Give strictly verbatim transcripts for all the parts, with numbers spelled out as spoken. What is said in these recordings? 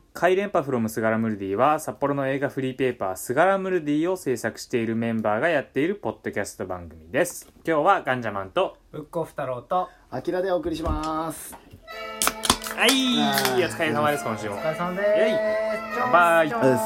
怪連覇フロムスガラムルディは札幌の映画フリーペーパースガラムルディを制作しているメンバーがやっているポッドキャスト番組です。今日はガンジャマンとうっこふたろうとあきらでお送りします。 はい、お疲れ様です。今週もお疲れ様でイエイーす。 バイチョンスです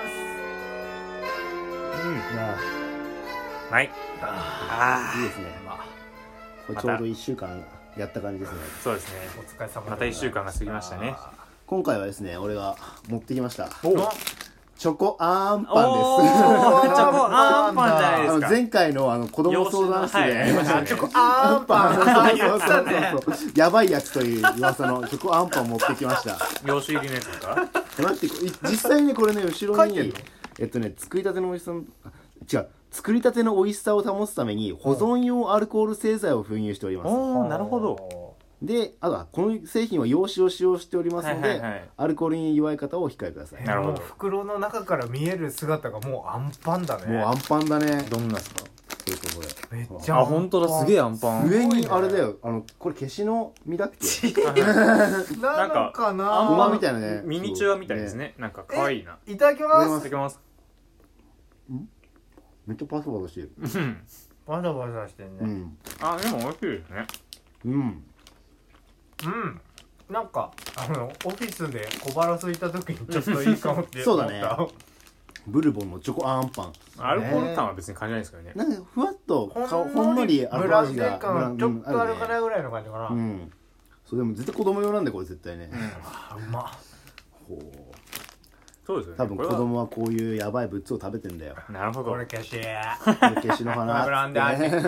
うんあはいああいいですね。これちょうどいっしゅうかんやった感じですね。 ーそうですね。 ーお疲れ様でまたいっしゅうかんが過ぎましたね。 今回はですね、俺が持ってきましたおおチョコアンパンおです。 ーチョコアンパンじゃないであのすか。 前回のあの子供相談室で、 はいやりましたねチョコアンパンそうそう言ってたねそうそうやばいやつという噂のチョコアンパン持ってきました。 洋酒入りのやつですか？ 待って、い実際にこれね、後ろに書いてんのえっとね、作りたての美味しさのあ違う作りたての美味しさを保つために保存用アルコール製剤を封入しております。 おーなるほど。 で、あとはこの製品は洋酒を使用しておりますので、 はいはいはいアルコールに弱い方をお控えください。 なるほどもう袋の中から見える姿がもうアンパンだね。 もうアンパンだね。 どんなですか？ そうそうこれめっちゃあ、本当だ、すげえアンパン。 上にあれだよ、あのこれ消しの実だっけ？ なのかなアンパンごまみたいなね。 ミニチュアみたいですね。なんか可愛いな。 いただきいただきます。 いただきます。 めっちゃパサパサしてる。 うん。 バサバサしてんね。 うん。 あ、でも美味しいですね。 うん。 うん。なんかあのオフィスで小腹空いた時にちょっといいかもってそう思った。 だねブルボンのチョコアンパン。 アルコール感は別に感じないですけどね。 なんかふわっとほん顔ほんのりブランデ後味がー感ちょっとあるかなねぐらいの感じかな。 うんそうでも絶対子供用なんでこれ絶対ね、 あうまっ。 ほうそうですよね。 多分子これは供はこういうやばい物を食べてんだよ。 なるほどこ。れ消しこれ消しの花ブランデー味ね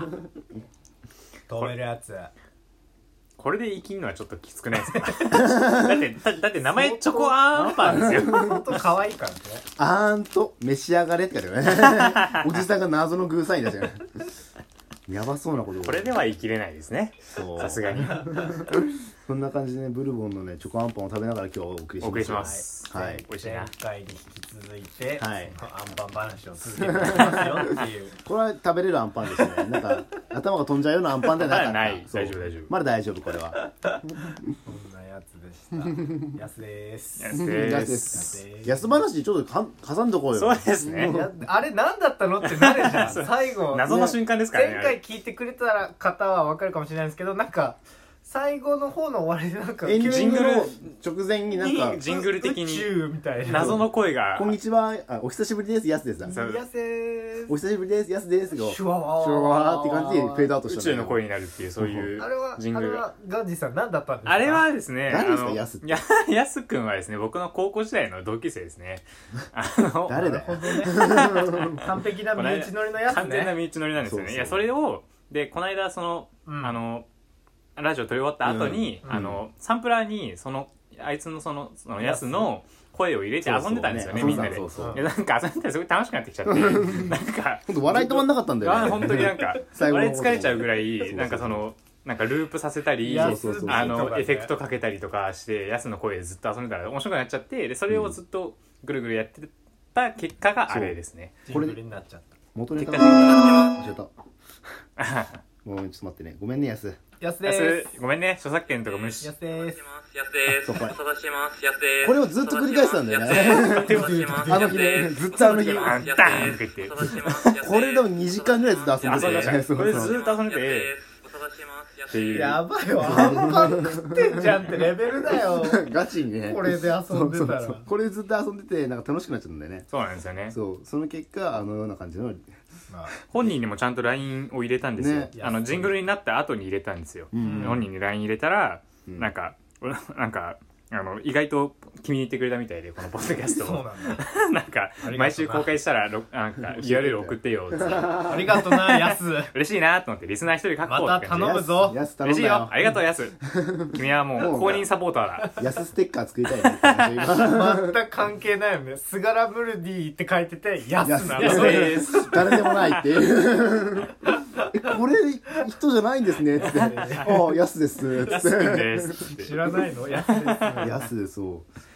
止めるやつ。 これで生きるのはちょっときつくないですか？だってだだって名前チョコアンパンですよ。 ほんと可愛いからね。 あーんと召し上がれって書いてあるねおじさんが謎のグーサイン出してるやばそうなことこれでは生きれないですね。 そうさすがに。 そんな感じでねブルボンのねチョコアンパンを食べながら今日はお送りしますお送りします。 はい美味しいな前。回に引き続いて、 はいそのアンパン話を続けていきますよっていう。 これは食べれるアンパンですねなんか頭が飛んじゃうようなアンパンではなかったないそう大丈夫大丈夫まだ大丈夫これはそんなやつでした。やすです。 やすで安す。 です安話ちょっとか挟んどこうよそうですね。 やあれ何だったのってなるじゃん。最後謎の瞬間ですからね。 前回聞いてくれた方は分かるかもしれないですけど、なんか最後の方の終わりでなんかエンディングの急直前になんかにジングル的に宇宙みたいな謎の声がこんにちはあお久しぶりですやすですだそうやせーお久しぶりですやすですがシュワワーシュワーって感じでフェードアウトした宇宙の声になるっていうそういうあれはジングルが。 あれはガンジさん何だったんですか？ あれはですね、 誰ですかあのヤスってややすくんはですね、僕の高校時代の同級生ですね。あの誰だよなるほどね。完璧な身内乗りのやつ完全なね。 身内乗りなんですよね。 そうそういや、それを、で、この間、その、 うんあの、ラジオ撮り終わった後に、 うんあの、サンプラーに、その、あいつのその、そのやすの声を入れて遊んでたんですよね、みんなで。 そうそういや、なんか遊んでたらすごい楽しくなってきちゃって、なんか、 ほんと笑い止まんなかったんだよねあ本当になんか、 最後の方笑い疲れちゃうぐらそうい、 そうなんかその、なんかループさせたり、 やすそうそうそうあの、 とかねエフェクトかけたりとかしてやすの声でずっと遊んでたら面白くなっちゃってでそれをずっとぐるぐるやってた結果があれですね。 ジングルになっちゃった。 元ネタ結果教えたごめんちょっと待ってねごめんねやすやすやですすごめんね著作権とか無視やすですやすです。 そうこれ探してます。やすです。 これをずっと繰り返してたんだよね探してます。 あの日ねずっとあの日あんたんとか言って探してます。 これでもにじかんぐらいずっと遊んでて遊んでましたそうこれそうずっと遊んでて探してます。 っていうやばいわアンパン食ってんじゃんってレベルだよ。 ガチにねこれで遊んでたらそうそうそうこれずっと遊んでてなんか楽しくなっちゃうんだよねそうなんですよね。 そうその結果あのような感じの本人にもちゃんと ライン を入れたんですよ、 ねあのジングルになった後に入れたんですよ、 うん本人に ライン 入れたら、 うんなんかなんかあの意外と気に入ってくれたみたいでこのポッドキャストをそうなんだ。 なんかありがとうな毎週公開したらろなんか ユーアールエル 送ってよってありがとなやす。 嬉しいなと思ってリスナー一人確保またって感じ頼むぞ。 やす頼嬉しいよんだよありがとうやす君はもう公認サポーターだやすステッカー作りたいねって感じ今全く関係ないよね。スガラムルディって書いててやすなやすの。 そうです誰でもないっていうえこれ人じゃないんですねっつってああやすですっつやってすくんですって知らないのやすです。 やすですそう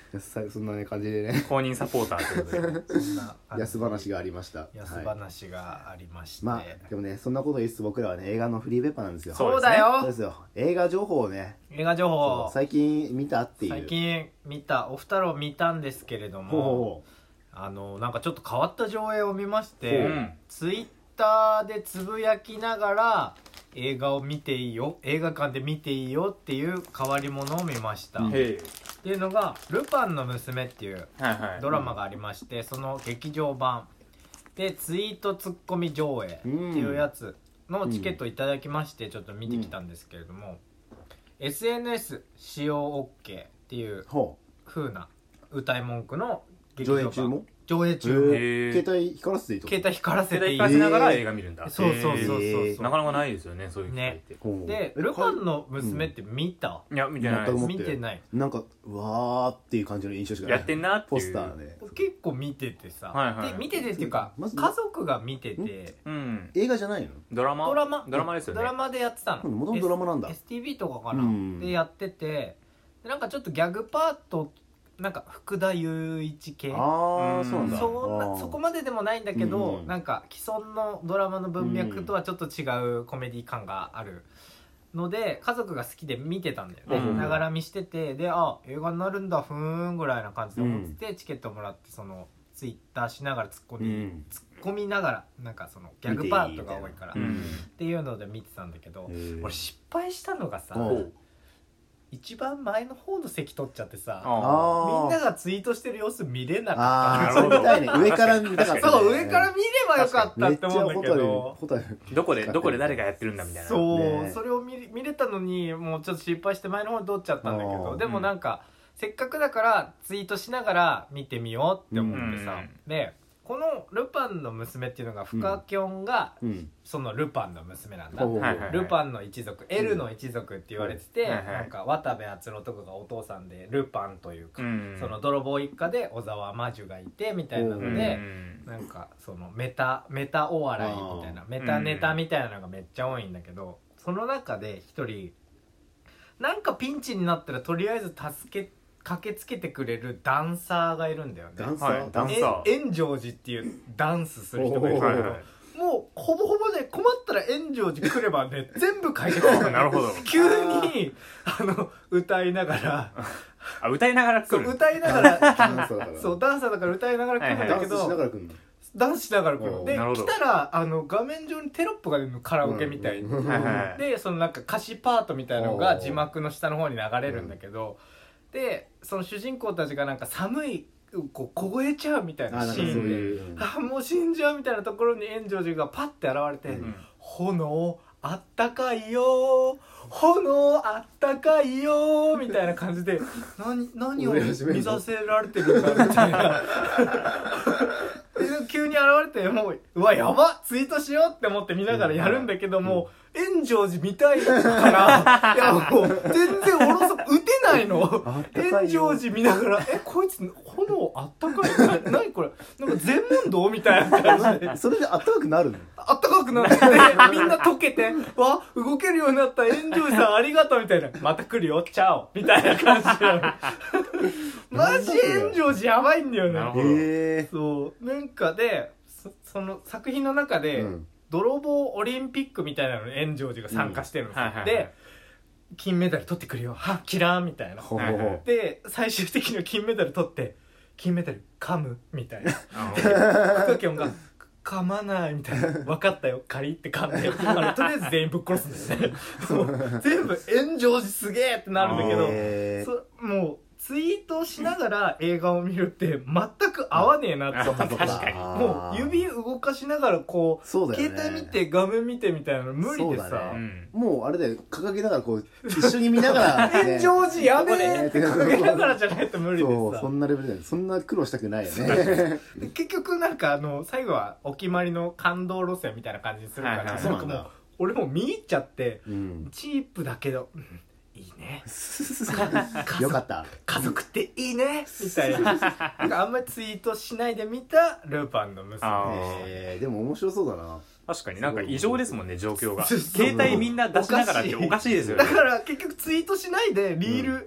さそんな感じでね公認サポーターということでそんな感じ安話がありました。 安はい、 話がありまして、 まあでもねそんなこと言いつつ僕らはね映画のフリーペーパーなんですよ。 そうだよそうですよ。映画情報をね映画情そ報う最近見たっていう。 最近見たお二人を見たんですけれども、 ほうほあのなんかちょっと変わった上映を見ましうて、 んツイッターでつぶやきながら映画を見ていいよ、映画館で見ていいよっていう変わり者を見ました、 うんっへていうのが「ルパンの娘」っていうえはいはいドラマがありまして、その劇場版でツイートツッコミ上映っていうやつのチケットをいただきましてちょっと見てきたんですけれども、エスエヌエス 使用 OK っていううほ風な歌い文句のう劇場版上映中も上映中もへえ携帯光らせていいと携帯光らせ世代ていい化しながら映画見るんだそうそうそうそうへえそうなかなかないですよねそういう機会って、 ほうでルパンの娘って見た、 いや見てない全くもって見てないなんかうわーっていう感じの印象しかない。 やってんなっていうポスターで結構見ててさ、 はいはいで見ててっていうかまず家族が見ててうん映画じゃないの？ ドラマドラマドラマですよねドラマでやってたのもともとドラマなんだ。 エスティービー とかかな、 うんでやっててでなんかちょっとギャグパートなんか福田雄一系ああそうなんだ。 そんあーなそこまででもないんだけど、 うんなんか既存のドラマの文脈とはちょっと違うコメディ感があるので家族が好きで見てたんだよね、 うんながら見しててであ映画になるんだふーんぐらいな感じで思ってて、チケットもらってそのツイッターしながら突っ込んで、 うん突っ込みながらなんかそのギャグパートが多いからうんっていうので見てたんだけど、 へー俺失敗したのがさ、 おう一番前の方の席取っちゃってさあみんなあがツイートしてる様子見れなかああったーそれ見たいね。上から見たかったね。 そう上から見ればよかっためっちゃって思うんだホタルけどホタルーどこでどこで誰がやってるんだみたいなそう、 ねそれを見れ見れたのにもうちょっと失敗して前の方に取っちゃったんだけあーどでもなんか、せっかくだからツイートしながら見てみようって思ってさ、 うんでこのルパンの娘っていうのがフカキョンがうんそのルパンの娘なんだ、 ほうほうはいはいルパンの一族 L の一族って言われてて、 はいはいなんか渡部篤郎とかがお父さんでルパンというか、 うんその泥棒一家で小沢魔女がいてみたいなのうで、 んなんかそのメタメタお笑いみたいなあメタネタみたいなのがめっちゃ多いんだけど、その中で一人なんかピンチになったらとりあえず助け駆けつけてくれるダンサーがいるんだよね。 ダンサーはいダンサーえ炎上寺っていうダンスする人がいるんだけど、 はいはいもうほぼほぼね困ったら炎上寺来ればね全部解決するなるほど急にあの歌いながらあ歌いながら来そうる歌いながらダンサーだからそうダンサーだから歌いながら来るんだけど、 ダンスしながら来るの。 ダンスしながら来るおうでなるほど来たらあの画面上にテロップが出るのカラオケみたいに、 うんはいはいでそのなんか歌詞パートみたいなのがおう字幕の下の方に流れるんだけど、でその主人公たちがなんか寒いこう凍えちゃうみたいあなんかそうなシーンでいううんあもう死んじゃうみたいなところに炎上寺がパッて現れて「 うん炎あったかいよ炎あったかいよ」みたいな感じで何何を見させられてるんだみたいなで急に現れてもううわやばツイートしようって思って見ながらやるんだけども、炎上寺見たいからいやもう全然おろそ打てないのあったかい炎よ上寺見ながら「えこいつ炎あったかいな何これなんか全問答?」みたいな感じでそれであったかくなるの？ あったかくなってみんな溶けて「わ動けるようになった炎上寺さんありがとう」みたいな「また来るよチャオ」みたいな感じでマジ炎上寺やばいんだよねなるほどへえ。 そうなんかでそその作品の中で、 うん泥棒オリンピックみたいなのに炎上寺が参加してるんですよ、 うんはいはいはいで金メダル取ってくるよはっキラーみたいなほうほうほはいはいうで最終的には金メダル取って金メダル噛むみたいなあフカキョンが噛まないみたいな分かったよカリって噛んであのとりあえず全員ぶっ殺すんですねそう全部炎上寺すげえってなるんだけどへーそもうツイートしながら映画を見るって全く合わねえなって思って確かにもう指動かしながらこうそうだよね携帯見て画面見てみたいなの無理でさ、 そうだねうんもうあれで掲げながらこう一緒に見ながら、 炎上寺やべえってここでかけながらじゃないと無理でさそうそんなレベルだよね。そんな苦労したくないよね。 で結局なんかあの最後はお決まりの感動路線みたいな感じにするから、 はいはいなんかもう俺もう見入っちゃってうん。 チープだけど、うんいいねよかった。 家族っていいねみたいななんかあんまりツイートしないで見たルパンの娘あーえー、でも面白そうだな。 確かになんか異常ですもんね状況がそうそう携帯みんな出しながらっておかしいですよねだから結局ツイートしないでリール、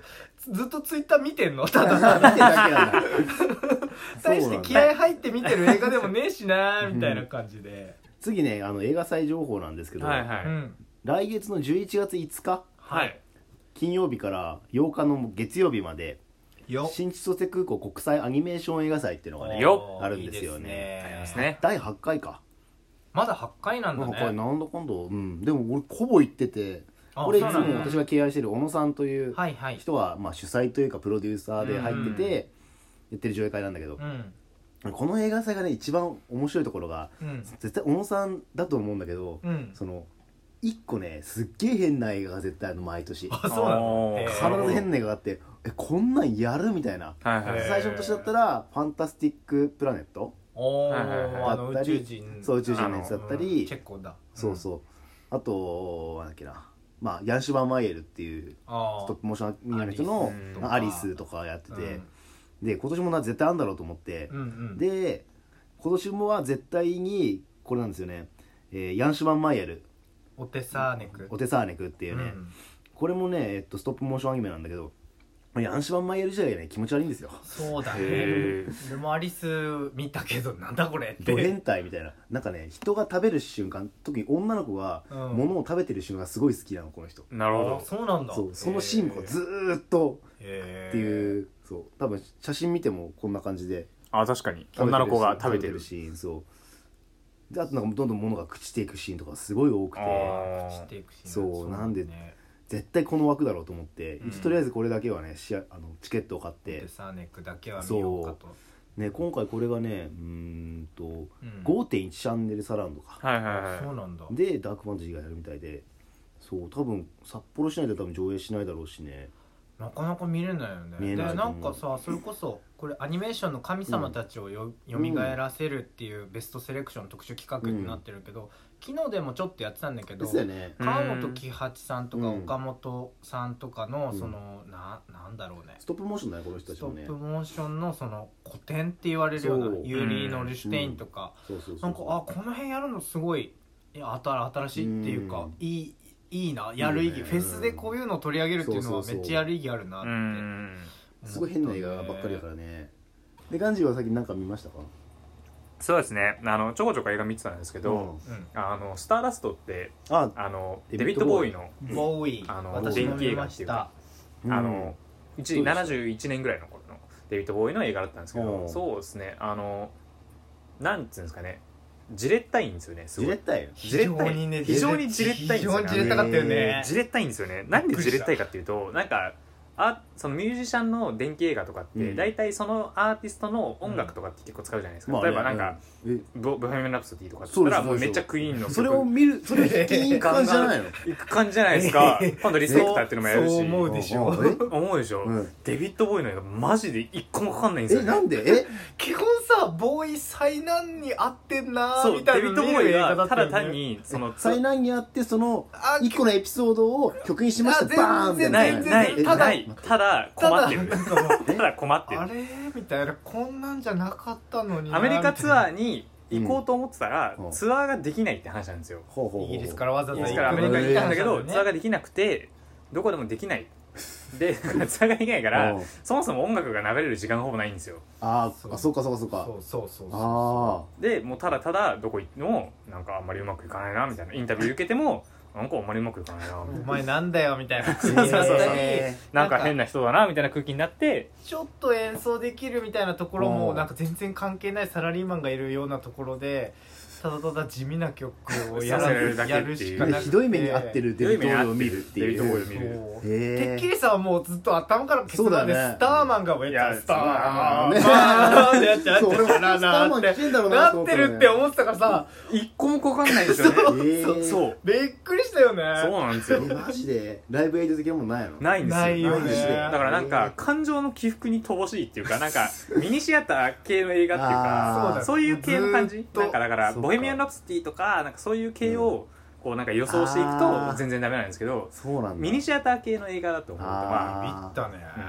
ずっとツイッター見てんのただただ見てるだけなんだ大して気合入って見てる映画でもねえしなみたいな感じで、 次ね、あの映画祭情報なんですけど、 はいはい、 うん来月のじゅういちがついつかはい金曜日からようかの月曜日までよ新千歳空港国際アニメーション映画祭っていうのがねよあるんですよねありますねだいはちかいかまだはちかいなんだなんかね。 なんだかんだ、うん、でも俺ほぼ行ってて、 あこれいつもそうなんだ私が敬愛してる小野さんというはいはい。 人は、まあ、主催というかプロデューサーで入っててやってる上映会なんだけど、 うんこの映画祭がね一番面白いところがうん絶対小野さんだと思うんだけど、 うん。 その一個ねすっげえ変な映画が絶対あるの毎年あそうなの。 あーへー必ず変な映画があってえこんなんやるみたいなはいはいへー最初の年だったら「ファンタスティック・プラネットおはいはいはいーあの宇だったり宙人そう宇宙人のやつだったりうんチェコだ。 そうそうあとなんだっけなまあヤンシュバンマイエルっていうあストップモーションアニメの人のアアリリススとかやってうんてで今年もな絶対あるんだろうと思ってうんうん。 で今年もは絶対にこれなんですよねえーヤンシュバンマイエルオテサーネクオテサーネクっていうねんこれもねえっとストップモーションアニメなんだけどヤンシュバンマイエル時代がね気持ち悪いんですよそうだねへでもアリス見たけどなんだこれってド変態みたいななんかね人が食べる瞬間特に女の子がうん物を食べてる瞬間がすごい好きなのこの人あなるほどそうなんだそうそのシーンもずーっとへーっていうそう多分写真見てもこんな感じであ確かに女の子が食べてるシーンそうであとなんかどんどん物が朽ちていくシーンとかすごい多くてあ知っていくしそうなんでね絶対この枠だろうと思って、 うん一とりあえずこれだけはねしああのチケットを買っオテて、 サーネクだけは見ようかとね、今回これがねうーんと、 うんごてんいちチャンネルサラウンドかはいはいはいそうなんだでダークファンタジーがやるみたいでそう多分札幌市内で多分上映しないだろうしねなかなか見れないよね見れないでなんかさそれこそこれアニメーションの神様たちをよ、蘇らせるっていうベストセレクション特殊企画になってるけど、昨日でもちょっとやってたんだけどですよねうん川本喜八さんとかうん岡本さんとかのうんその、ななんだろうねストップモーションだねこの人たストちもねップモーションのその古典って言われるようなそうユーリー・ノルシュテインとか、 そうそうそうなんかあこの辺やるのすごいいや新新しいっていうか、 うんいいいいなやる意義、 いいねフェスでこういうのを取り上げるっていうのはそうそうそうめっちゃやる意義あるなっうてんすごい変な映画ばっかりだからねでガンジーは最近何か見ましたかそうですねあのちょこちょこ映画見てたんですけど、 うんうんあのスターダストってああのデデビッビッドボーイドボーイのボーイあの私も電気映見ました画っていうかうんあの一時どうでしたななじゅういちねんぐらいの頃のデビッド・ボーイの映画だったんですけうどんそうですねあのなんつうんですかねじれったいんですよねすごいじれったいよじれったい非常にね非常にじれったいんですよね非常にじれったかったよねじれったいんですよねなんでじれったいかっていうとなんかあそのミュージシャンの電気映画とかってうん大体そのアーティストの音楽とかって結構使うじゃないですか、 まあね例えばなんか、 えボボヘミアン・ラプソディとかって言ったらそうですもうめっちゃクイーンの曲それを見るそれ聞きに行く感じじゃないの行く感じじゃないですか今度リスペクターっていうのもやるしそう思うでしょあえ思うでしょ、 うんデビッド・ボーイの映画マジで一個もかかんないんですよ、 えね、 なんでえ基本さボーイ災難に合ってんなそうみたいなデビッド・ボーイがただ単ににその災難にあってそのあ一個のエピソードを曲にしましたあ全然バーンみたいなない全然ないえただないただただ困ってるなんかもうただ困ってるあれみたいなこんなんじゃなかったのになアメリカツアーみに行こうと思ってたら、 うんツアーができないって話なんですよほうほうほうたいなイギリスからわざわざイギリスからアメリカに行ったんだけど、 ねツアーができなくてどこでもできないでツアーができないからうんそもそも音楽が流れる時間がほぼないんですよあそうーあそうかそうかそうかそうそうそうそうあでもうただただどこ行ってもなんかあんまりうまくいかないなみたいなインタビュー受けてもなんかあんまりうまくいかないなみたいなお前なんだよみたいなあ空気になったりえなんか変な人だなみたいな空気になってちょっと演奏できるみたいなところうんもなんか全然関係ないサラリーマンがいるようなところでただただ地味な曲をやらさせるだけやるっていうーしかなくてでひどい目に遭ってるデビッド・ボーイを見るっていうデビッドボーイを見るそうへーてっきりさもうずっと頭からケツまでそうだよねスターマンが上いややスターマンねバーンってやっちゃうそう俺もスタなーマンなって来てんだろうななっと思ってたねてるって思ってたからさ一個もかかんないんですよねえーそうびっくりしたよねそうなんですえよマジでライブエイド的なもんないのないんですよないよねマジでだからなんか感情の起伏に乏しいっていうかなんかミニシアター系の映画っていうあかーそういう系の感じずーっとなんかだからそうかボヘミアン・ラプソディとかなんかそういう系をこうなんか予想していくあとー全然ダメなんですけどそうなんだミニシアター系の映画だと思うとまああビビったねうん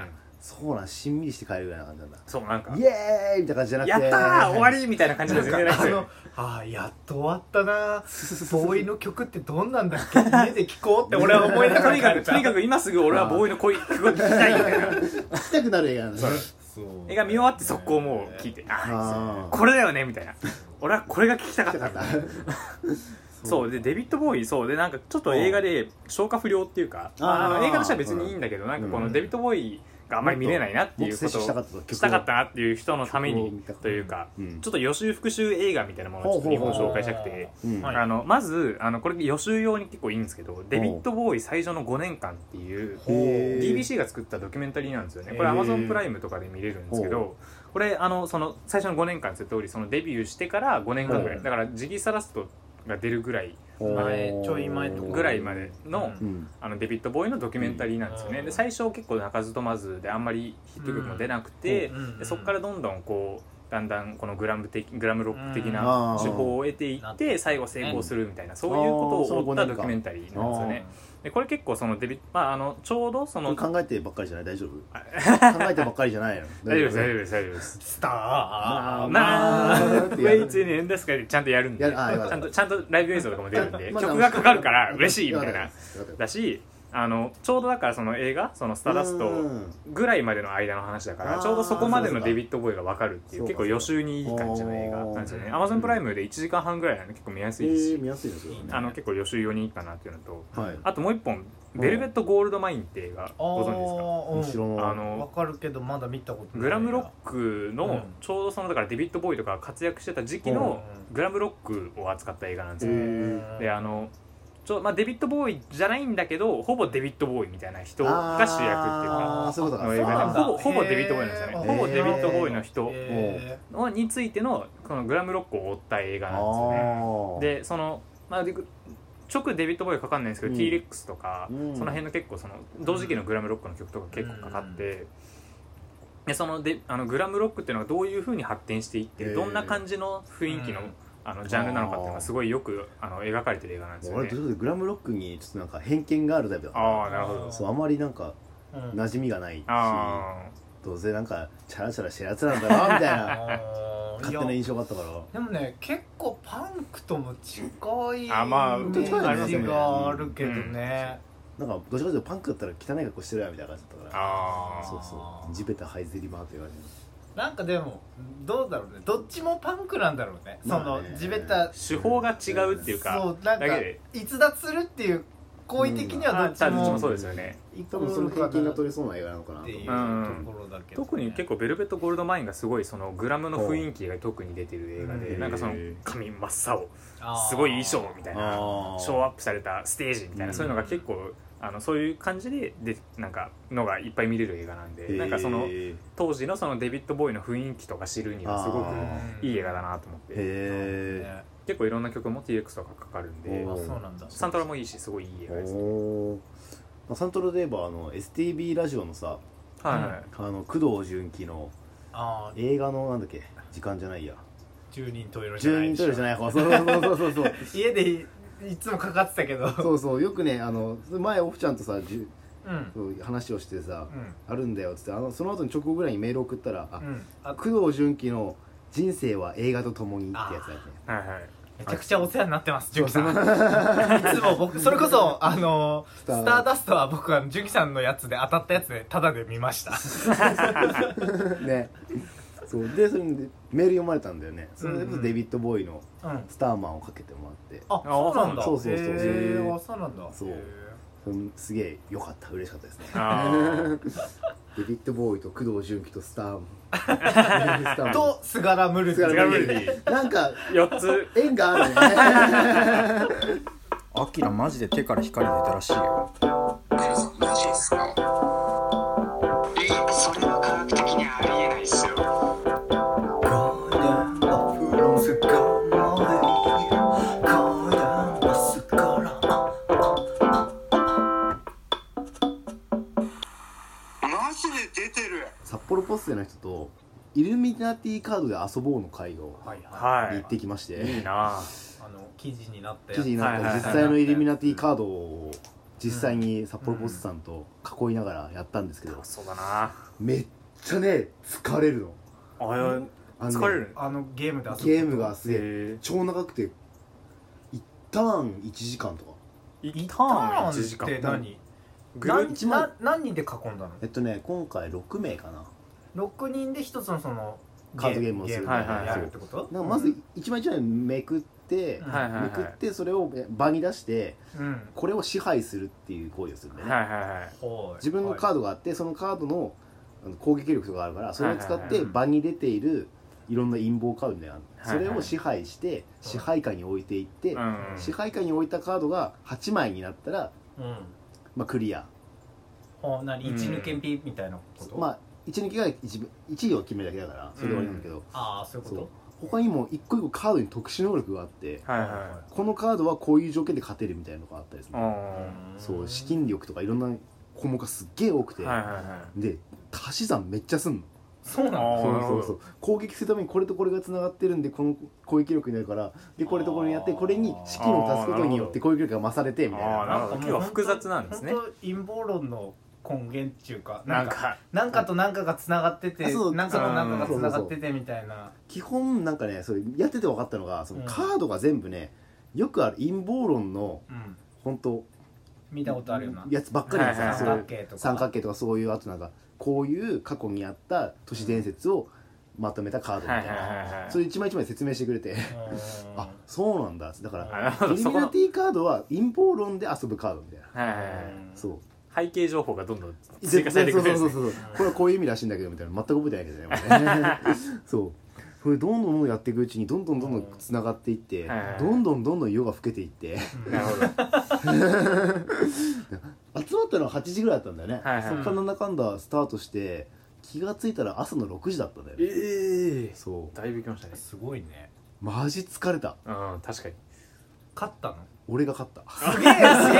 そうなんしんみりして帰るぐらいな感じなんだ。 そうなんかイエーイみたいな感じじゃなくてやったー終わりみたいな感じで全然ないですよあのあーやっと終わったなボーイの曲ってどんなんだっけ家で聴こうって俺は思いながとにから帰るくとにかく今すぐ俺はボーイの声聞きたいみたいな聞きたくなる映画なんだね。 そう映画見終わって速攻もう聞いてああーこれだよねみたいな俺はこれが聞きたかった聞きたかったそうでデビッド・ボーイそうでなんかちょっと映画で消化不良っていうかあーあの映画としては別にいいんだけどなんかこのデビッド・ボーイがあんまり見れないなっていうことをもっと摂取したかったとしたかったなっていう人のために曲を見たかったというかうんちょっと予習復習映画みたいなものをちょっとにほん紹介したくてうんはいあのまずあのこれ予習用に結構いいんですけどデビッド・ボーイ最初のごねんかんっていうへーディービーシー が作ったドキュメンタリーなんですよねこれへー Amazon プライムとかで見れるんですけほどこれあのその最初のごねんかんという通りそのデビューしてからごねんかんぐらほいうだからジギー・サラストが出るぐらい前ちょい前とかぐらいまでのううんあのデビッド・ボーイのドキュメンタリーなんですよね、 うんで最初結構鳴かず飛まずであんまりヒット曲も出なくて、 うんでそこからどんどんこうだんだんこのグラム的グラムロック的うんな手法を得ていって最後成功するみたいなそういうことを追ったドキュメンタリーなんですよねでこれ結構そのデビッまああのちょうどそのこれ考えてばっかりじゃない大丈夫考えてばっかりじゃないの大丈夫です大丈夫です大丈夫ですスターまあまあ、ウってやるェイツにんですかちゃんとやるんでやるあよかったちゃんとちゃんとライブ映像とかも出るんでまあ曲がかかるから嬉しいみたいなよかったよかっただしあのちょうどだからその映画そのスターダストうんぐらいまでの間の話だからあーちょうどそこまでのデビッド・ボーイが分かるっていうそうか結構予習にいい感じの映画なんですよねうん Amazon プライムでいちじかんはんぐらいなんで結構見やすえいですし、 ー見やすいですよあの結構予習用にいいかなっていうのとはいあともう一本「ベルベット・ゴールド・マイン」って映画ご存知ですか面白いあのわかるけどまだ見たことないグラムロックうんのちょうどそのだからデビッド・ボーイとか活躍してた時期のグラムロックを扱った映画なんですよ、 へであのちょ、まあ、デビッド・ボーイじゃないんだけどほぼデビッド・ボーイみたいな人が主役っていうかあーそういうことかの映画でそうなんだほぼほぼデビッド・ボーイなんですよねへーほぼデビッド・ボーイの人へのについてのこのグラムロックを追った映画なんですよねでその、まあ、で直デビッド・ボーイかかんないんですけど、 うん T レックスとか、 うんその辺の結構その同時期のグラムロックの曲とか結構かかって、でそのであのグラムロックっていうのがどういうふうに発展していってへーどんな感じの雰囲気の,、 うんあのジャンルなのかっていうのがすごいよくあの描かれてる映画なんですよね俺どういうことでグラムロックにちょっとなんか偏見があるタイプだからああなるほどそうあまりなんかーうん馴染みがないしあどうせなんかチャラチャラしてるやつなんだろうみたいなあー勝手ない印象があったからでもね結構パンクとも近いあまあイメージがあるけどねなんかどっちかというとパンクだったら汚い格好してるやみたいな感じだったからあーそうそう地べた這いずり回ってる感じなんかでもどうだろうねどっちもパンクなんだろうねそのまあね地べた手法が違うっていうかそうなんかだけで逸脱するっていう行為的にはどっちあどっちももそうですよね多分その偏見が取れそうな映画なのかなとっていうとうんころだけどね特に結構ベルベット・ゴールド・マインがすごいそのグラムの雰囲気が特に出てる映画でうんなんかそのへー髪真っ青あーすごい衣装みたいなあーショーアップされたステージみたいな、 うんそういうのが結構あのそういう感じででなんかのがいっぱい見れる映画なんでなんかそのへ当時のそのデビッド・ボーイの雰囲気とか知るにはすごくあいい映画だなと思ってえ結構いろんな曲も ティーエックス とかかかるんでおあそうなんだサントラもいいしすごいいい映画ですねおーサントラで言えばあの エスティービー ラジオのさはいはいあの工藤純喜のああ映画のなんだっけ時間じゃないや十人十色じゃな十い人トイレじゃない方そうそうそうそうそう家でいいつもかかってたけどそうそうよくねあの前オフちゃんとさじゅうんそう話をしてさ、 うんあるんだよっつってあのその後に直後ぐらいにメール送ったら「あうんあ工藤純喜の人生は映画と共に」ってやつだよねはいはいめちゃくちゃお世話になってます純喜さんそいつも僕それこそあのスターターダストは僕は純喜さんのやつで当たったやつでタダで見ましたねそうでそれにメール読まれたんだよねそれでうんうんデビッド・ボーイのうんスターマンをかけてもらってあそうなんだそうそうそうへーあそうなんだそうへーうんすげえ良かった嬉しかったですねあーデビッド・ボーイと工藤純喜とスタースターマンとスガラムルディスガラムルディなんかよっつ縁があるねアキラマジで手から光出たらしいよ。 マジですか？え、それは科学的にありえないっすよ。マジで出てる。 札幌ポステの人とイルミナティカードで遊ぼうの会をはいはいはいに行ってきまして、 いいなあの記事になったやつ記事になったはいはいはい実際のイルミナティカードを実際に札幌ポステさんと囲いながらやったんですけど、 そうだなめっちゃね疲れるの。 ああ、 あのね疲れる。 あのゲームで遊ぶゲームがすげええ超長くていちターンいちじかんとか。 ー、 一一ターンいちじかんって何グル何一枚な何人で囲んだの？ えっとね今回ろくめいかな。 ろくにんで一つのそのカードゲームをするゲームはいはいはいやるってこと？ なんかまず一枚一枚めくって、 うんはいはいはいめくってそれを場に出してうんこれを支配するっていう行為をするんだよね、 はいはいはい。 はい自分のカードがあってそのカードのあの攻撃力とかあるからそれを使っはいて場に出ているいろんな陰謀カードみたいなのあるはいはいそれを支配して支配下に置いていって、 うん支配下に置いたカードがはちまいになったら、 うんまあ、クリア、 ほう何うん一抜けんぴみたいなこと？ まあいち抜きが 1, いちいを決めるだけだからそれで終わりなんだけど、 ああそういうこそうと？ 他にも一個一個カードに特殊能力があってはいはこのカードはこういう条件で勝てるみたいなのがあったりすい。 る、 あそう資金力とかいろんな項目がすっげえ多くて、 はいはいはい。 で足し算めっちゃすんの。 そうなの？ あーそうなるほどそうそう攻撃するためにこれとこれがつながってるんでこの攻撃力になるからでこれとこれにやってこれに資金を足すことによって攻撃力が増されてみたいな。 あーなるほど。結構複雑なんですね。 本当陰謀論の根源っていうかなんかなんかとなんかがつながっててあそうなんかとなんかがつながうんっててみたいな。 基本なんかねそれやってて分かったのがそのうんカードが全部ねよくある陰謀論のうん本当見たことあるよな。 やつばっかりではいはいはいさ三角形とか三角形とかそういうあとなんかこういう過去にあった都市伝説をまとめたカードみたいはいはいはいなはい。 それ一枚一枚説明してくれてうんあそうなんだだかあなるほどらイルミナティカードは陰謀論で遊ぶカードみたいなはいはいはい。 そう背景情報がどんどん追加されてくるんですね。 そうそうそうそうこれはこういう意味らしいんだけどみたいな全く覚えてないけどねもうねそうそれどんどんどんどんやっていくうちにどんどんどんどんつながっていってはいはいはいどんどんどんどん夜が更けていってなるほど。 集まったのははちじぐらいだったんだよね、 はいはいそっからなんだかんだスタートして気がついたら朝のろくじだったんだよねええ。 そうだいぶ行きましたね。 すごいね。 マジ疲れたうん、確かに。 勝ったの？ 俺が勝ったすげ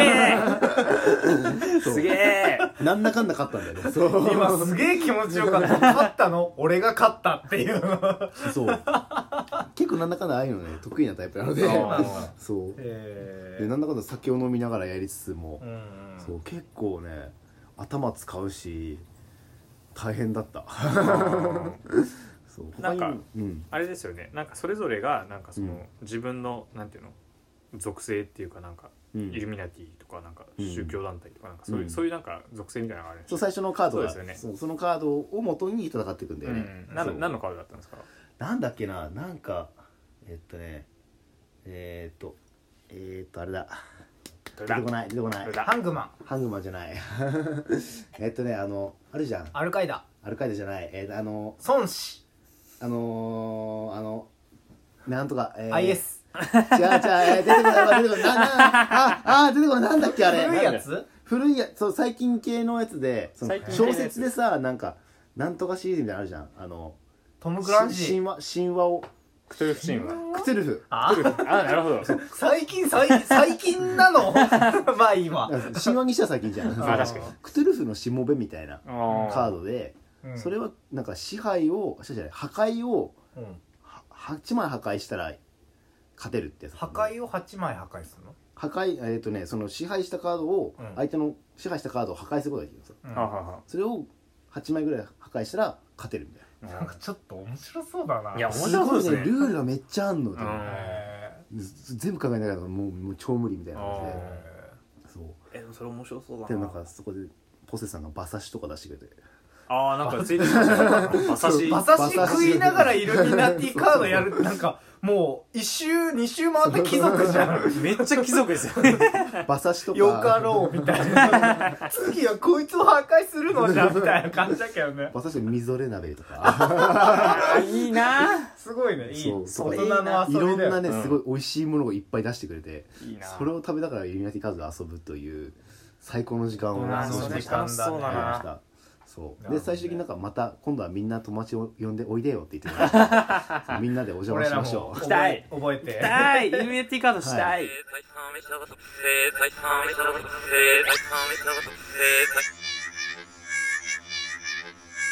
えすげえすげえなんだかんだ勝ったんだよねそう今すげえ気持ちよかった。勝ったの？俺が勝ったっていう。 そう結構なんだかんだああいうのね得意なタイプなのでそうなんだそうえでなんだかんだ酒を飲みながらやりつつも、 うんそう結構ね頭使うし大変だったそう他になんかうんあれですよね。なんかそれぞれがなんかその、 うん自分のなんていうの属性っていうかなんか、 うんイルミナティとかなんかうん宗教団体とかなんかそういう、 うんそういうなんか属性みたいなのがあるんですそう最初のカードがそうですよねそうそのカードを元に戦っていくんだよね、 うん、何そうの何のカードだったんですか？ なんだっけななんかえっとねえー、っとえー、っとあれだどれだ出てこない出てこないどれだハングマン、 ハングマンじゃないえっとねあのあるじゃんアルカイダ、 アルカイダじゃないえー、あの孫子、 あのー、あのなんとか、えー、 アイエス、 違う違う、えー、出てこない出てこないななああ出てこないなんだっけあれ古いやつ？ 古いやそう最近系のやつでその最近系のやつ小説でさなんかなんとかシリーズみたいなのあるじゃんあのトム・クランしシー。 神話神話をクトゥルフ神話。 クトゥルフああ、なるほど。 最近最最近なの？まあいいわ。 神話にしては最近じゃんあ確かにクトゥルフのしもべみたいなあーカードでうんそれはなんか支配を違う違う破壊をうんははちまい破壊したら勝てるってやつ破壊をはちまい破壊するの？ 破壊えっ、とねその支配したカードをうん相手の支配したカードを破壊することができるんですようんはははそれをはちまいぐらい破壊したら勝てるみたいなんかちょっと面白そうだな。 いやな面白そうですねごいねルールがめっちゃあんの、 んへず全部考えながらもうもう超無理みたいな感じでーそうえ、でもそれ面白そうだでなんかそこでポセさんが馬刺しとか出してくれてああ、なんかついてきましたね。馬刺し。 馬刺し食いながらイルミナティカードやるなんかもう一周二周回って貴族じゃん。 めっちゃ貴族ですよね。 馬刺しとかよかろうみたいな。次はこいつを破壊するのじゃんみたいな感じだけどね。 馬刺しとみぞれ鍋とかあーいいなすごいね、いい。 そう大人のい遊びだよ。 ろんなねうんすごい美味しいものをいっぱい出してくれていいなそれを食べながらイルミナティカードで遊ぶという最高の時間をうわ過ごしました楽しそうだなやりましたそうなるほどねで最終的になんかまた今度はみんな友達を呼んでおいでよって言ってくれましたそうみんなでお邪魔俺らもしましょう覚きたいえ覚えて。 したいイルミナティカードしたい、 生体三名称属生体三名称属生体三名称属生体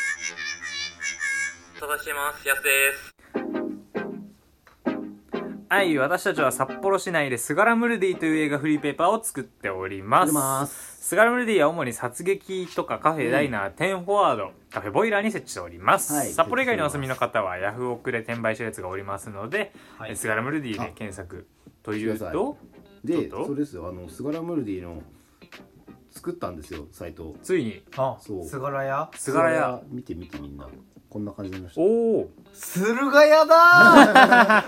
飛ばしますやすです。 はい、私たちは札幌市内でスガラムルディという映画フリーペーパーを作っております。 ますスガラムルディは主に殺撃とかカフェ、ダイナー、テンフォワード、カフェボイラーに設置しております。 はい、 札幌以外にお住みの方はヤフオクで転売してるやつがおりますので、はい、スガラムルディで検索というと、 で、そうですよ、あのスガラムルディの作ったんですよ、サイト。 ついに。 あ、 そう。 すがら屋。 すがら屋。 見て見てみんな。こんな感じになりました。 おお。 駿河屋だ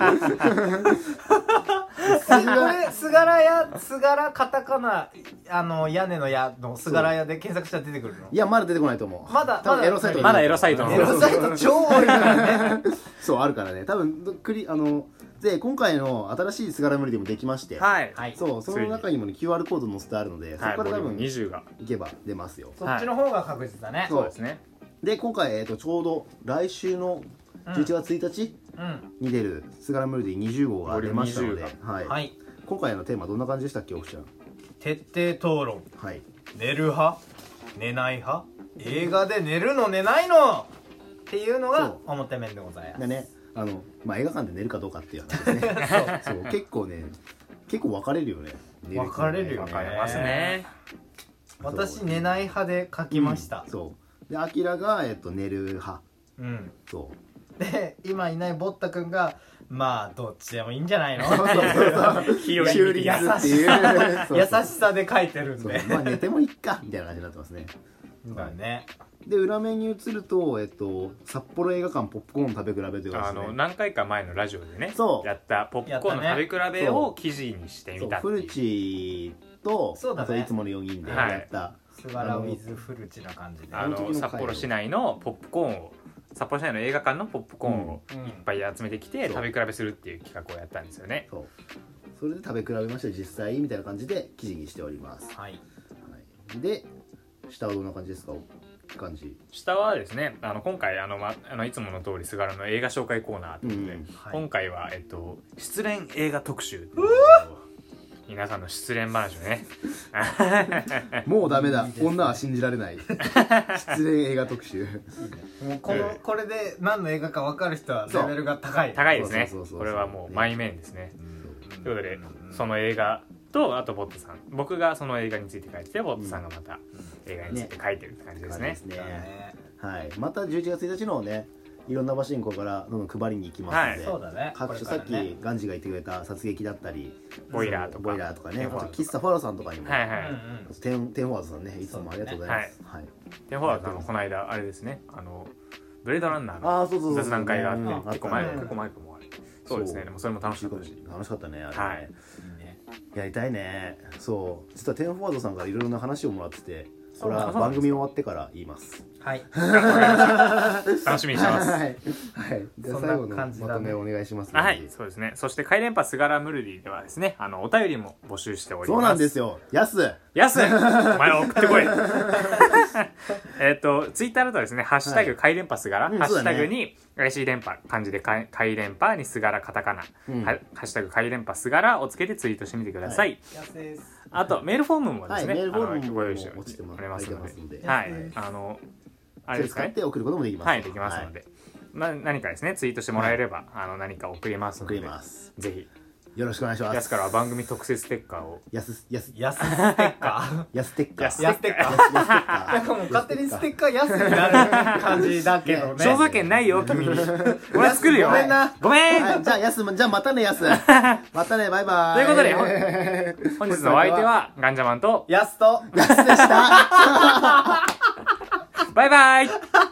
ー。すがら屋、すがらカタカナ、あの屋根の屋のすがら屋で検索したら出てくるの。 いやまだ出てこないと思う。 まだ多分エロサイト。 まだエロサイト。 エロサイト超多いからね。 そうあるからね。多分クリあので今回の新しいスガラムルディもできまして。 はい。 そうその中にもね キューアール コード載せてあるので、そこから多分にじゅうがいけば出ますよ。 そっちの方が確実だね。 そうですね。 で今回えっとちょうど来週のじゅういちがつついたちに出るスガラムルディにじゅうごうが出ましたので、はい。今回のテーマどんな感じでしたっけ、奥ちゃん。 徹底討論。 はい。 寝る派、寝ない派、映画で寝るの寝ないのっていうのが表面でございます。 でね、あのまあ映画館で寝るかどうかっていう話ですね。そう、そう結構ね、結構分かれるよね。 分かれるよね。 分かれますね。 私寝ない派で書きました。 そう。で、アキラがえっと寝る派。 うん。 そう。 で今いないボッタくんがまあどっちでもいいんじゃないの中立っていう優しさで書いてるんで、 まあ寝てもいいかみたいな感じになってますね。 だね。 で裏面に移ると、えっと、札幌映画館ポップコーン食べ比べというか、 あの何回か前のラジオでねそうやったポップコーンの食べ比べを記事にしてみたっていう。 フルチとそうだ、ね、 あといつものよにんでやった、はい、 スガラウィズフルチな感じで、 あの札幌市内のポップコーンを札幌市内の映画館のポップコーンをいっぱい集めてきて食べ比べするっていう企画をやったんですよね。 そうそれで食べ比べました実際みたいな感じで記事にしております。 はい、 はい、で下はどんな感じですか？感じ下はですね、あの今回あの、ま、あのいつもの通り菅原の映画紹介コーナーということで、うんはい、今回は、えっと、失恋映画特集という皆さんの失恋話をねもうダメだ女は信じられない失恋映画特集もうこの、うん、これで何の映画か分かる人はレベルが高い高いですね。これはもうマイメンですね、うん、ということで、うん、その映画とあとボットさん、僕がその映画について書いててボットさんがまた映画について書いてるって感じですね。 ねねはい、またじゅういちがつついたちのねいろんな場所にここからどんどん配りに行きますので、はい、 そうだね、 各種さっきガンジが言ってくれた殺撃だったりボイラーとかボイラーとかね、あと喫茶ファロさんとかにも、 はいはい、 テンテンフォワーズさんねいつもありがとうございます。 はい、テンフォワーズさんもこの間あれですね、あのブレードランナーの雑談会があって結構前結構前かもあれそうですね。でもそれも楽しかったし楽しかったねあれね、 はい、 やりたいね。そう実はテンフォワードさんからいろいろな話をもらってて、これは番組終わってから言います。 はい楽しみにしてます。はい、 はい、じゃあ最後のまとめをお願いします、 ね。はい、そうですね。そして回連覇スガラムルディではですね、あのお便りも募集しております。 そうなんですよ。やすやすお前送ってこいえっとツイッターだとですね、ハッシュタグ回連覇スガラ、ハッシュタグに怪しい連覇漢字で回連覇にスガラカタカナ、うん、ハッシュタグ回連覇スガラをつけてツイートしてみてください。 はい、 あとメールフォームもですね、 はい、メールフォームもご用意しておりますので、はい、あのあれですかね、 使って送ることもできます。 はい、できますので、はい、まあ何かですねツイートしてもらえれば、はい、あの何か送りますので、 送ります。 ぜひよろしくお願いします。 やすからは番組特設ステッカーをやすやすやすステッカーやすステッカーやすステッカーなんかもう勝手にステッカーやすになる感じだけどね。 肖像権ないよ君に。俺作るよ。 ごめんな。 ごめん。 はい、じゃあやすじゃあまたねやす。またねバイバイ。 ということで本日のお相手はガンジャマンとやすとやすでした。 バイバイ。